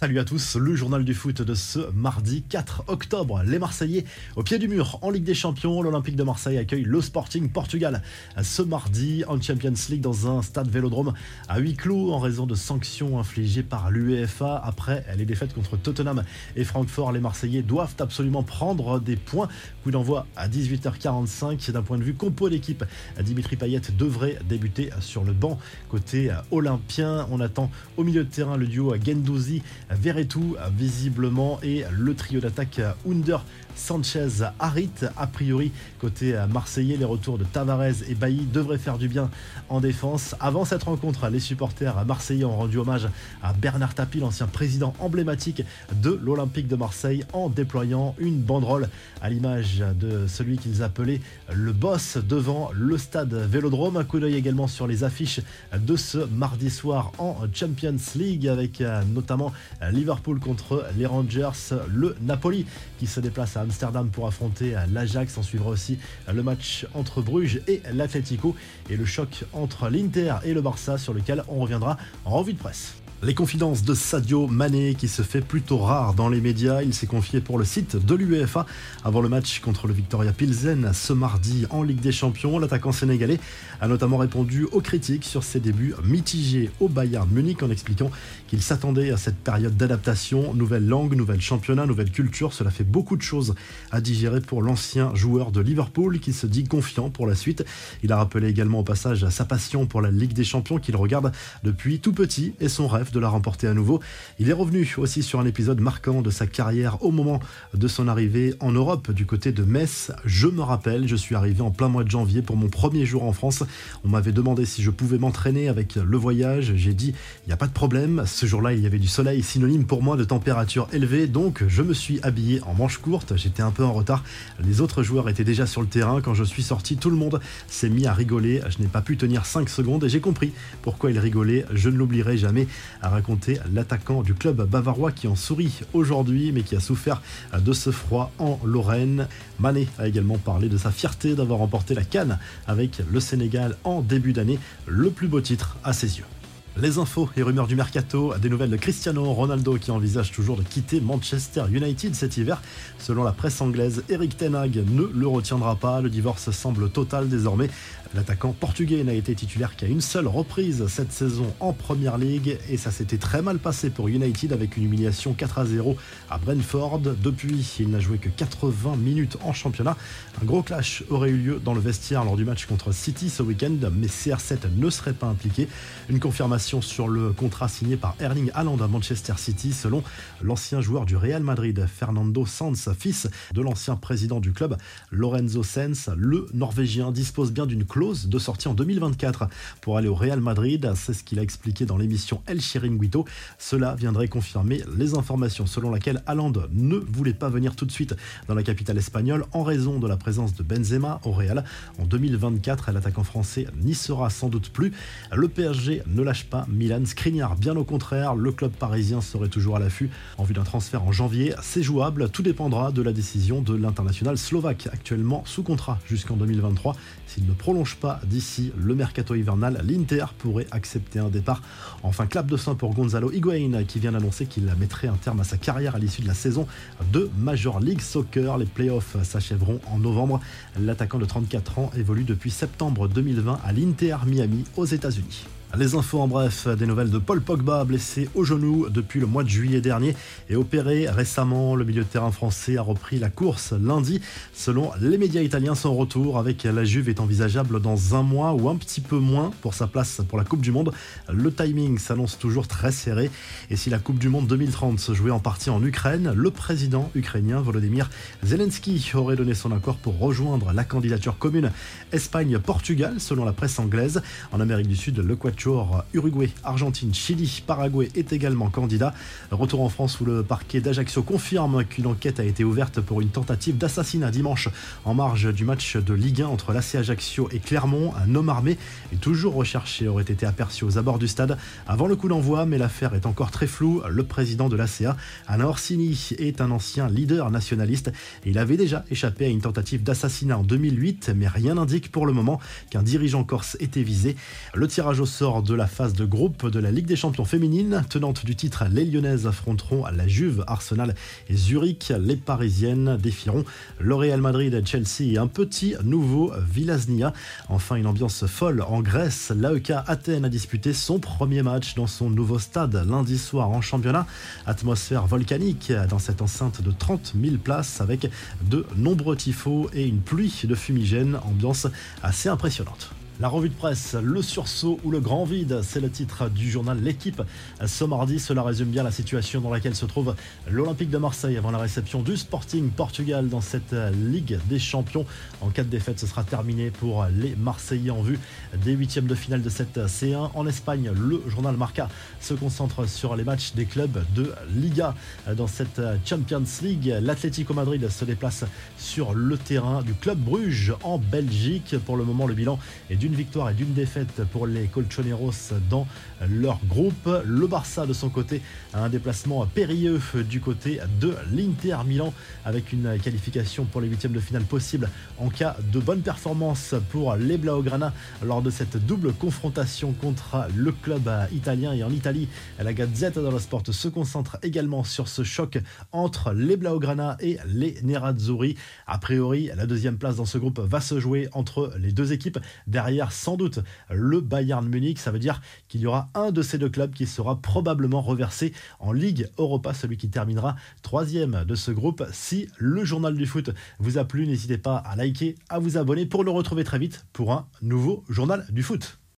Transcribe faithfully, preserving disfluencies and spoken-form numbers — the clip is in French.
Salut à tous, le journal du foot de ce mardi quatre octobre. Les Marseillais au pied du mur en Ligue des Champions. L'Olympique de Marseille accueille le Sporting Portugal ce mardi en Champions League dans un stade Vélodrome à huis clos en raison de sanctions infligées par l'UEFA. Après les défaites contre Tottenham et Francfort, les Marseillais doivent absolument prendre des points. Coup d'envoi à dix-huit heures quarante-cinq. D'un point de vue compo d'équipe, Dimitri Payet devrait débuter sur le banc. Côté olympien, on attend au milieu de terrain le duo Guendouzi Verretou visiblement et le trio d'attaque Under, Sanchez, Harit. A priori, côté marseillais, les retours de Tavares et Bailly devraient faire du bien en défense. Avant cette rencontre, les supporters marseillais ont rendu hommage à Bernard Tapie, l'ancien président emblématique de l'Olympique de Marseille, en déployant une banderole à l'image de celui qu'ils appelaient le boss devant le stade Vélodrome. Un coup d'œil également sur les affiches de ce mardi soir en Champions League avec notamment Liverpool contre les Rangers, le Napoli qui se déplace à Amsterdam pour affronter l'Ajax. On suivra aussi le match entre Bruges et l'Atlético et le choc entre l'Inter et le Barça sur lequel on reviendra en revue de presse. Les confidences de Sadio Mané qui se fait plutôt rare dans les médias. Il s'est confié pour le site de l'UEFA avant le match contre le Victoria Pilsen ce mardi en Ligue des Champions. L'attaquant sénégalais a notamment répondu aux critiques sur ses débuts mitigés au Bayern Munich en expliquant qu'il s'attendait à cette période d'adaptation. Nouvelle langue, nouvel championnat, nouvelle culture, cela fait beaucoup de choses à digérer pour l'ancien joueur de Liverpool qui se dit confiant pour la suite. Il a rappelé également au passage sa passion pour la Ligue des Champions qu'il regarde depuis tout petit et son rêve de la remporter à nouveau. Il est revenu aussi sur un épisode marquant de sa carrière au moment de son arrivée en Europe du côté de Metz. Je me rappelle, je suis arrivé en plein mois de janvier pour mon premier jour en France. On m'avait demandé si je pouvais m'entraîner avec le voyage. J'ai dit, il n'y a pas de problème. Ce jour-là, il y avait du soleil, synonyme pour moi de température élevée. Donc, je me suis habillé en manches courtes. J'étais un peu en retard. Les autres joueurs étaient déjà sur le terrain. Quand je suis sorti, tout le monde s'est mis à rigoler. Je n'ai pas pu tenir cinq secondes et j'ai compris pourquoi ils rigolaient. Je ne l'oublierai jamais, a raconté l'attaquant du club bavarois qui en sourit aujourd'hui mais qui a souffert de ce froid en Lorraine. Mané a également parlé de sa fierté d'avoir remporté la CAN avec le Sénégal en début d'année, le plus beau titre à ses yeux. Les infos et rumeurs du mercato, des nouvelles de Cristiano Ronaldo qui envisage toujours de quitter Manchester United cet hiver. Selon la presse anglaise, Erik ten Hag ne le retiendra pas. Le divorce semble total désormais. L'attaquant portugais n'a été titulaire qu'à une seule reprise cette saison en Premier League et ça s'était très mal passé pour United avec une humiliation quatre à zéro à Brentford. Depuis, il n'a joué que quatre-vingts minutes en championnat. Un gros clash aurait eu lieu dans le vestiaire lors du match contre City ce week-end, mais C R sept ne serait pas impliqué. Une confirmation sur le contrat signé par Erling Haaland à Manchester City selon l'ancien joueur du Real Madrid, Fernando Sanz, fils de l'ancien président du club, Lorenzo Sanz. Le Norvégien dispose bien d'une clause de sortie en deux mille vingt-quatre pour aller au Real Madrid. C'est ce qu'il a expliqué dans l'émission El Chiringuito. Cela viendrait confirmer les informations selon lesquelles Haaland ne voulait pas venir tout de suite dans la capitale espagnole en raison de la présence de Benzema au Real. En deux mille vingt-quatre, l'attaquant français n'y sera sans doute plus. Le P S G ne lâche pas Milan Skriniar, bien au contraire. Le club parisien serait toujours à l'affût en vue d'un transfert en janvier. C'est jouable, tout dépendra de la décision de l'international slovaque, actuellement sous contrat jusqu'en deux mille vingt-trois. S'il ne prolonge pas d'ici le mercato hivernal, l'Inter pourrait accepter un départ. Enfin, clap de fin pour Gonzalo Higuaín qui vient d'annoncer qu'il mettrait un terme à sa carrière à l'issue de la saison de Major League Soccer. Les playoffs s'achèveront en novembre. L'attaquant de trente-quatre ans évolue depuis septembre deux mille vingt à l'Inter Miami aux États-Unis. Les infos en bref, des nouvelles de Paul Pogba, blessé au genou depuis le mois de juillet dernier et opéré récemment. Le milieu de terrain français a repris la course lundi. Selon les médias italiens, son retour avec la Juve est envisageable dans un mois ou un petit peu moins pour sa place pour la Coupe du Monde. Le timing s'annonce toujours très serré et si la Coupe du Monde deux mille trente se jouait en partie en Ukraine, le président ukrainien Volodymyr Zelensky aurait donné son accord pour rejoindre la candidature commune Espagne-Portugal selon la presse anglaise. En Amérique du Sud, le quatuor Uruguay, Argentine, Chili, Paraguay est également candidat. Retour en France où le parquet d'Ajaccio confirme qu'une enquête a été ouverte pour une tentative d'assassinat dimanche en marge du match de Ligue un entre l'A C Ajaccio et Clermont. Un homme armé et toujours recherché aurait été aperçu aux abords du stade avant le coup d'envoi, mais l'affaire est encore très floue. Le président de l'A C A, Alain Orsini, est un ancien leader nationaliste et il avait déjà échappé à une tentative d'assassinat en deux mille huit, mais rien n'indique pour le moment qu'un dirigeant corse était visé. Le tirage au sort vainqueurs de la phase de groupe de la Ligue des Champions féminine. Tenantes du titre, les Lyonnaises affronteront la Juve, Arsenal et Zurich. Les Parisiennes défieront le Real Madrid, Chelsea et un petit nouveau Villas-Nia. Enfin, une ambiance folle en Grèce. L'A E K Athènes a disputé son premier match dans son nouveau stade lundi soir en championnat. Atmosphère volcanique dans cette enceinte de trente mille places avec de nombreux tifos et une pluie de fumigène. Ambiance assez impressionnante. La revue de presse, le sursaut ou le grand vide, c'est le titre du journal L'Équipe. Ce mardi, cela résume bien la situation dans laquelle se trouve l'Olympique de Marseille avant la réception du Sporting Portugal dans cette Ligue des Champions. En cas de défaite, ce sera terminé pour les Marseillais en vue des huitièmes de finale de cette C un. En Espagne, le journal Marca se concentre sur les matchs des clubs de Liga. Dans cette Champions League, l'Atlético Madrid se déplace sur le terrain du Club Bruges en Belgique. Pour le moment, le bilan est d'une victoire et d'une défaite pour les Colchoneros dans leur groupe. Le Barça, de son côté, a un déplacement périlleux du côté de l'Inter Milan avec une qualification pour les huitièmes de finale possible en cas de bonne performance pour les Blaugrana lors de cette double confrontation contre le club italien. Et en Italie, la Gazzetta dello Sport se concentre également sur ce choc entre les Blaugrana et les Nerazzurri. A priori, la deuxième place dans ce groupe va se jouer entre les deux équipes. Derrière, sans doute, le Bayern Munich. Ça veut dire qu'il y aura un de ces deux clubs qui sera probablement reversé en Ligue Europa, celui qui terminera troisième de ce groupe. Si le journal du foot vous a plu, n'hésitez pas à liker, à vous abonner pour le retrouver très vite pour un nouveau journal du foot.